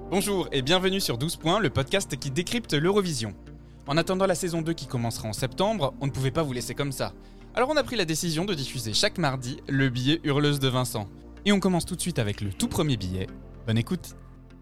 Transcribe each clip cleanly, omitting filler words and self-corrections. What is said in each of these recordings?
Bonjour et bienvenue sur 12 points, le podcast qui décrypte l'Eurovision. En attendant la saison 2 qui commencera en septembre, on ne pouvait pas vous laisser comme ça. Alors on a pris la décision de diffuser chaque mardi le billet hurleuse de Vincent. Et on commence tout de suite avec le tout premier billet. Bonne écoute.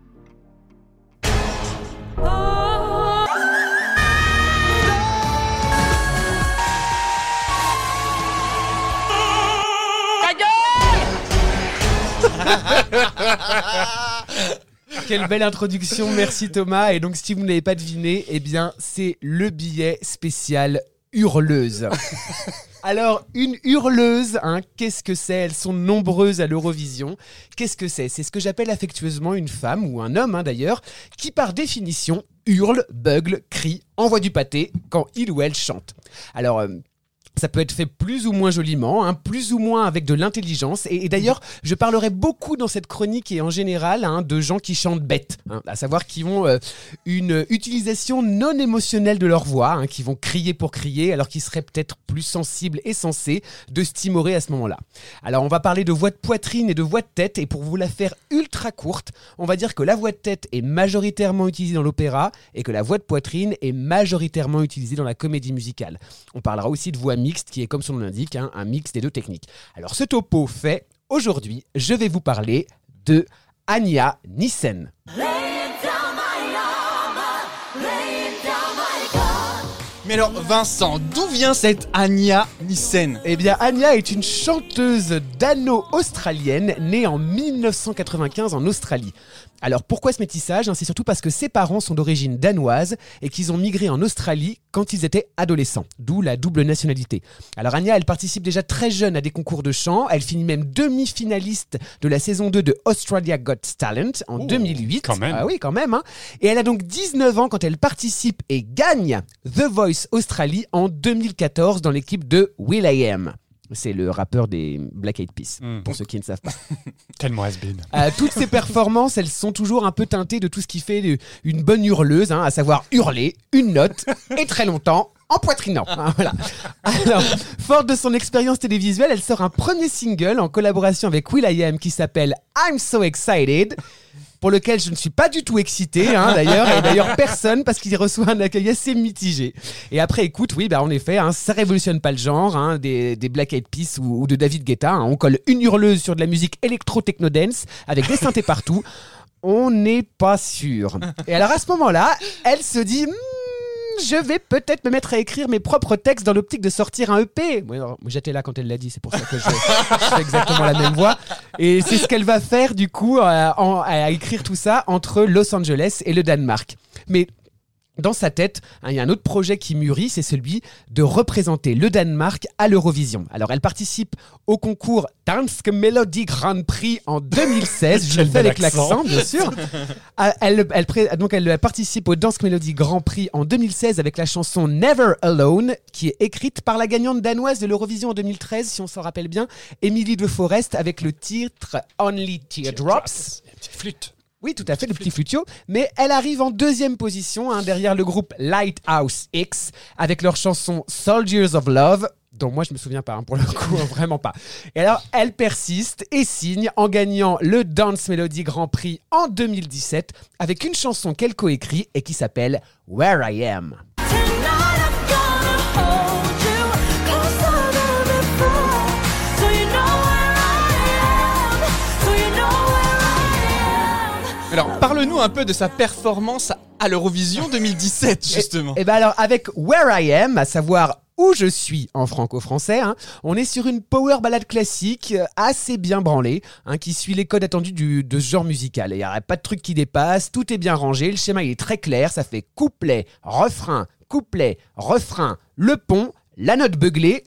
Quelle belle introduction, merci Thomas. Et donc si vous ne l'avez pas deviné, eh bien c'est le billet spécial hurleuse. Alors une hurleuse, qu'est-ce que c'est ? Elles sont nombreuses à l'Eurovision. Qu'est-ce que c'est ? C'est ce que j'appelle affectueusement une femme, ou un homme d'ailleurs, qui par définition hurle, bugle, crie, envoie du pâté quand il ou elle chante. Alors... ça peut être fait plus ou moins joliment, plus ou moins avec de l'intelligence. Et d'ailleurs, je parlerai beaucoup dans cette chronique et en général de gens qui chantent bête, à savoir qui ont une utilisation non émotionnelle de leur voix, qui vont crier pour crier, alors qu'ils seraient peut-être plus sensibles et sensés de se timorer à ce moment-là. Alors, on va parler de voix de poitrine et de voix de tête, et pour vous la faire ultra courte, on va dire que la voix de tête est majoritairement utilisée dans l'opéra et que la voix de poitrine est majoritairement utilisée dans la comédie musicale. On parlera aussi de voix mixte, qui est comme son nom l'indique, un mix des deux techniques. Alors ce topo fait, aujourd'hui, je vais vous parler de Anja Nissen. Mais alors Vincent, d'où vient cette Anja Nissen ? Eh bien Anja est une chanteuse dano-australienne née en 1995 en Australie. Alors pourquoi ce métissage ? C'est surtout parce que ses parents sont d'origine danoise et qu'ils ont migré en Australie quand ils étaient adolescents, d'où la double nationalité. Alors Anja, elle participe déjà très jeune à des concours de chant, elle finit même demi-finaliste de la saison 2 de Australia Got Talent en 2008. Quand même. Ah oui, quand même. Et elle a donc 19 ans quand elle participe et gagne The Voice Australie en 2014 dans l'équipe de will.i.am. C'est le rappeur des Black Eyed Peas, pour ceux qui ne savent pas. Tellement has-been. Toutes ces performances, elles sont toujours un peu teintées de tout ce qui fait une bonne hurleuse, à savoir hurler une note et très longtemps en poitrinant. Voilà. Alors, forte de son expérience télévisuelle, elle sort un premier single en collaboration avec will.i.am qui s'appelle I'm So Excited, pour lequel je ne suis pas du tout excité, d'ailleurs, et d'ailleurs personne, parce qu'il reçoit un accueil assez mitigé. Et après, écoute, oui, en effet, ça révolutionne pas le genre, des Black Eyed Peas ou de David Guetta. On colle une hurleuse sur de la musique électro-techno-dance avec des synthés partout. On n'est pas sûr. Et alors à ce moment-là, elle se dit... je vais peut-être me mettre à écrire mes propres textes dans l'optique de sortir un EP. Oui, alors, j'étais là quand elle l'a dit, c'est pour ça que je fais exactement la même voix. Et c'est ce qu'elle va faire du coup, à écrire tout ça entre Los Angeles et le Danemark. Mais dans sa tête, il y a un autre projet qui mûrit, c'est celui de représenter le Danemark à l'Eurovision. Alors elle participe au concours Dansk Melodi Grand Prix en 2016, je le fais avec l'accent bien sûr. Elle participe au Dansk Melodi Grand Prix en 2016 avec la chanson Never Alone, qui est écrite par la gagnante danoise de l'Eurovision en 2013, si on s'en rappelle bien, Emily de Forest, avec le titre Only Teardrops. Une petite flûte. Oui, tout à fait, le petit flutio. Mais elle arrive en deuxième position, derrière le groupe Lighthouse X, avec leur chanson Soldiers of Love, dont moi je me souviens pas, pour le coup, vraiment pas. Et alors, elle persiste et signe en gagnant le Dance Melody Grand Prix en 2017, avec une chanson qu'elle coécrit et qui s'appelle Where I Am. Alors parle-nous un peu de sa performance à l'Eurovision 2017 justement. Et alors avec Where I Am, à savoir où je suis en franco-français, on est sur une power ballade classique assez bien branlée, qui suit les codes attendus de ce genre musical. Il n'y a pas de truc qui dépasse, tout est bien rangé, le schéma il est très clair, ça fait couplet, refrain, le pont, la note beuglée.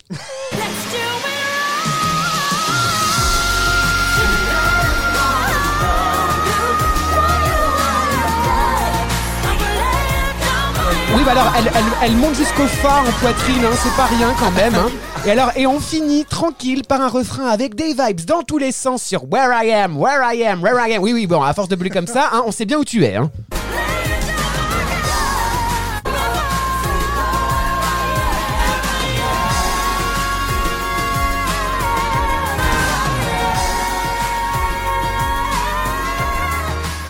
Oui, alors elle monte jusqu'au fa en poitrine, c'est pas rien quand même. Et on finit tranquille par un refrain avec des vibes dans tous les sens sur Where I Am. Oui, bon, à force de bleu comme ça, on sait bien où tu es.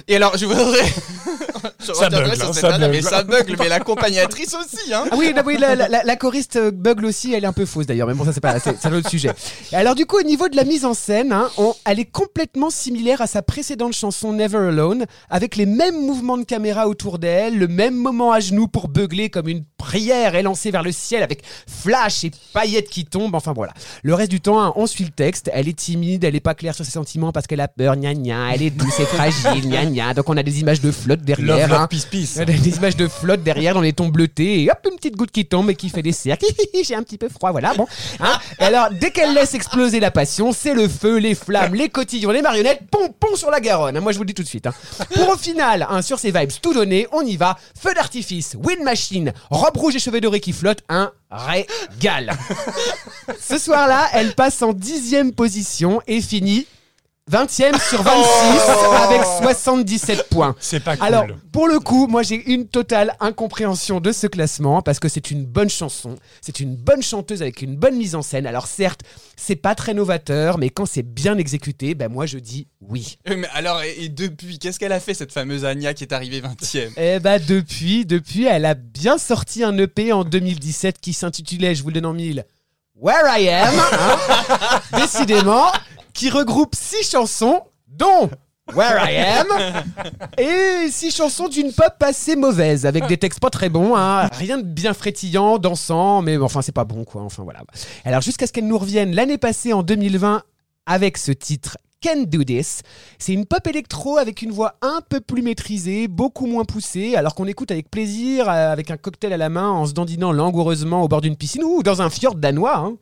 Et alors, je voudrais... Ça bugle, mais ça bugle, mais l'accompagnatrice aussi, hein. Ah oui, la choriste bugle aussi, elle est un peu fausse d'ailleurs, mais bon, ça c'est un autre sujet. Et alors du coup, au niveau de la mise en scène, hein, elle est complètement similaire à sa précédente chanson Never Alone, avec les mêmes mouvements de caméra autour d'elle, le même moment à genoux pour beugler comme une prière élancée vers le ciel avec flash et paillettes qui tombent, enfin voilà. Le reste du temps, hein, on suit le texte, elle est timide, elle est pas claire sur ses sentiments parce qu'elle a peur, gna gna, elle est douce et fragile, gna gna, donc on a des images de flotte derrière. Love, peace. Des images de flotte derrière dans les tons bleutés et hop, une petite goutte qui tombe et qui fait des cercles. J'ai un petit peu froid, voilà, bon. Hein, et alors, dès qu'elle laisse exploser la passion, c'est le feu, les flammes, les cotillons, les marionnettes, pom sur la Garonne. Hein, moi, je vous le dis tout de suite. Hein. Pour au final, hein, sur ces vibes tout donné, on y va. Feu d'artifice, wind machine, robe rouge et cheveux dorés qui flottent, un régal. Ce soir-là, elle passe en 10e position et finit 20e sur 26 avec 77 points. C'est pas cool. Alors, pour le coup, moi j'ai une totale incompréhension de ce classement parce que c'est une bonne chanson, c'est une bonne chanteuse avec une bonne mise en scène. Alors certes, c'est pas très novateur, mais quand c'est bien exécuté, ben moi je dis oui. Mais alors, et depuis, qu'est-ce qu'elle a fait cette fameuse Anya qui est arrivée 20e? Eh ben depuis, elle a bien sorti un EP en 2017 qui s'intitulait, je vous le donne en mille, Where I Am, hein, décidément, qui regroupe 6 chansons, dont Where I Am, et 6 chansons d'une pop assez mauvaise, avec des textes pas très bons, hein. Rien de bien frétillant, dansant, mais enfin c'est pas bon quoi, enfin voilà. Alors jusqu'à ce qu'elle nous revienne l'année passée en 2020 avec ce titre Can't Do This. C'est une pop électro avec une voix un peu plus maîtrisée, beaucoup moins poussée, alors qu'on écoute avec plaisir, avec un cocktail à la main, en se dandinant langoureusement au bord d'une piscine ou dans un fjord danois, hein.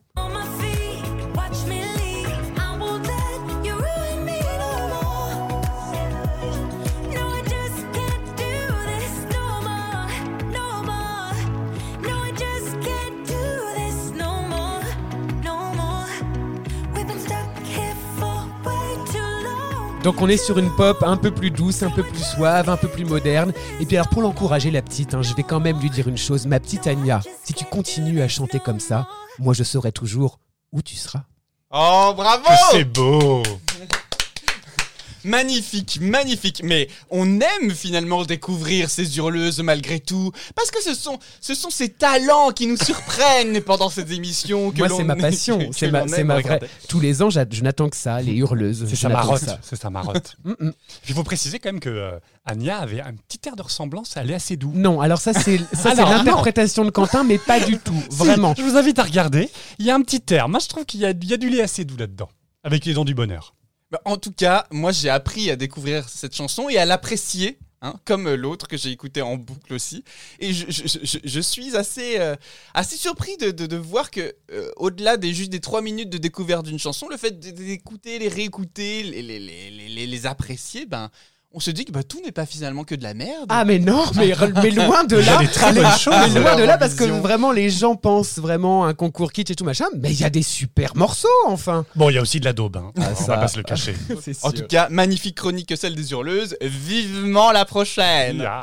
Donc on est sur une pop un peu plus douce, un peu plus suave, un peu plus moderne. Et puis alors pour l'encourager la petite, hein, je vais quand même lui dire une chose. Ma petite Anya, si tu continues à chanter comme ça, moi je saurai toujours où tu seras. Oh bravo! C'est beau. Magnifique, mais on aime finalement découvrir ces hurleuses malgré tout, parce que ce sont ces talents qui nous surprennent pendant ces émissions. Moi c'est ma passion, c'est ma vraie. Tous les ans je n'attends que ça, les hurleuses. C'est sa marotte. Il faut préciser quand même que Anya avait un petit air de ressemblance à Léa Seydoux. Non, alors ça c'est l'interprétation de Quentin, mais pas du tout, vraiment. Je vous invite à regarder, il y a un petit air, moi je trouve qu'il y a du Léa Seydoux là-dedans, avec les dents du bonheur. Bah, en tout cas, moi j'ai appris à découvrir cette chanson et à l'apprécier, hein, comme l'autre que j'ai écouté en boucle aussi. Et je suis assez surpris de voir que, au-delà juste des 3 minutes de découverte d'une chanson, le fait d'écouter, les réécouter, les apprécier, ben... On se dit que tout n'est pas finalement que de la merde. Ah mais non, mais loin de là. Il y a des très bonnes choses. Mais loin de là parce que vraiment les gens pensent vraiment à un concours kitsch et tout machin, mais il y a des super morceaux enfin. Bon, il y a aussi de la daube, hein. On va pas se le cacher. En tout cas, magnifique chronique celle des hurleuses. Vivement la prochaine. Yeah.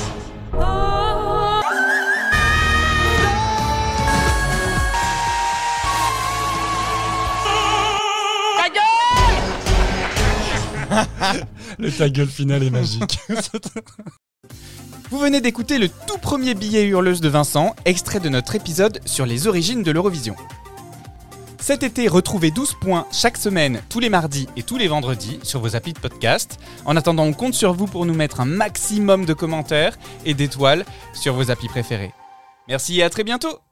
Le ta gueule final est magique. Vous venez d'écouter le tout premier billet hurleuse de Vincent, extrait de notre épisode sur les origines de l'Eurovision. Cet été, retrouvez 12 points chaque semaine, tous les mardis et tous les vendredis sur vos applis de podcast. En attendant, on compte sur vous pour nous mettre un maximum de commentaires et d'étoiles sur vos applis préférés. Merci et à très bientôt!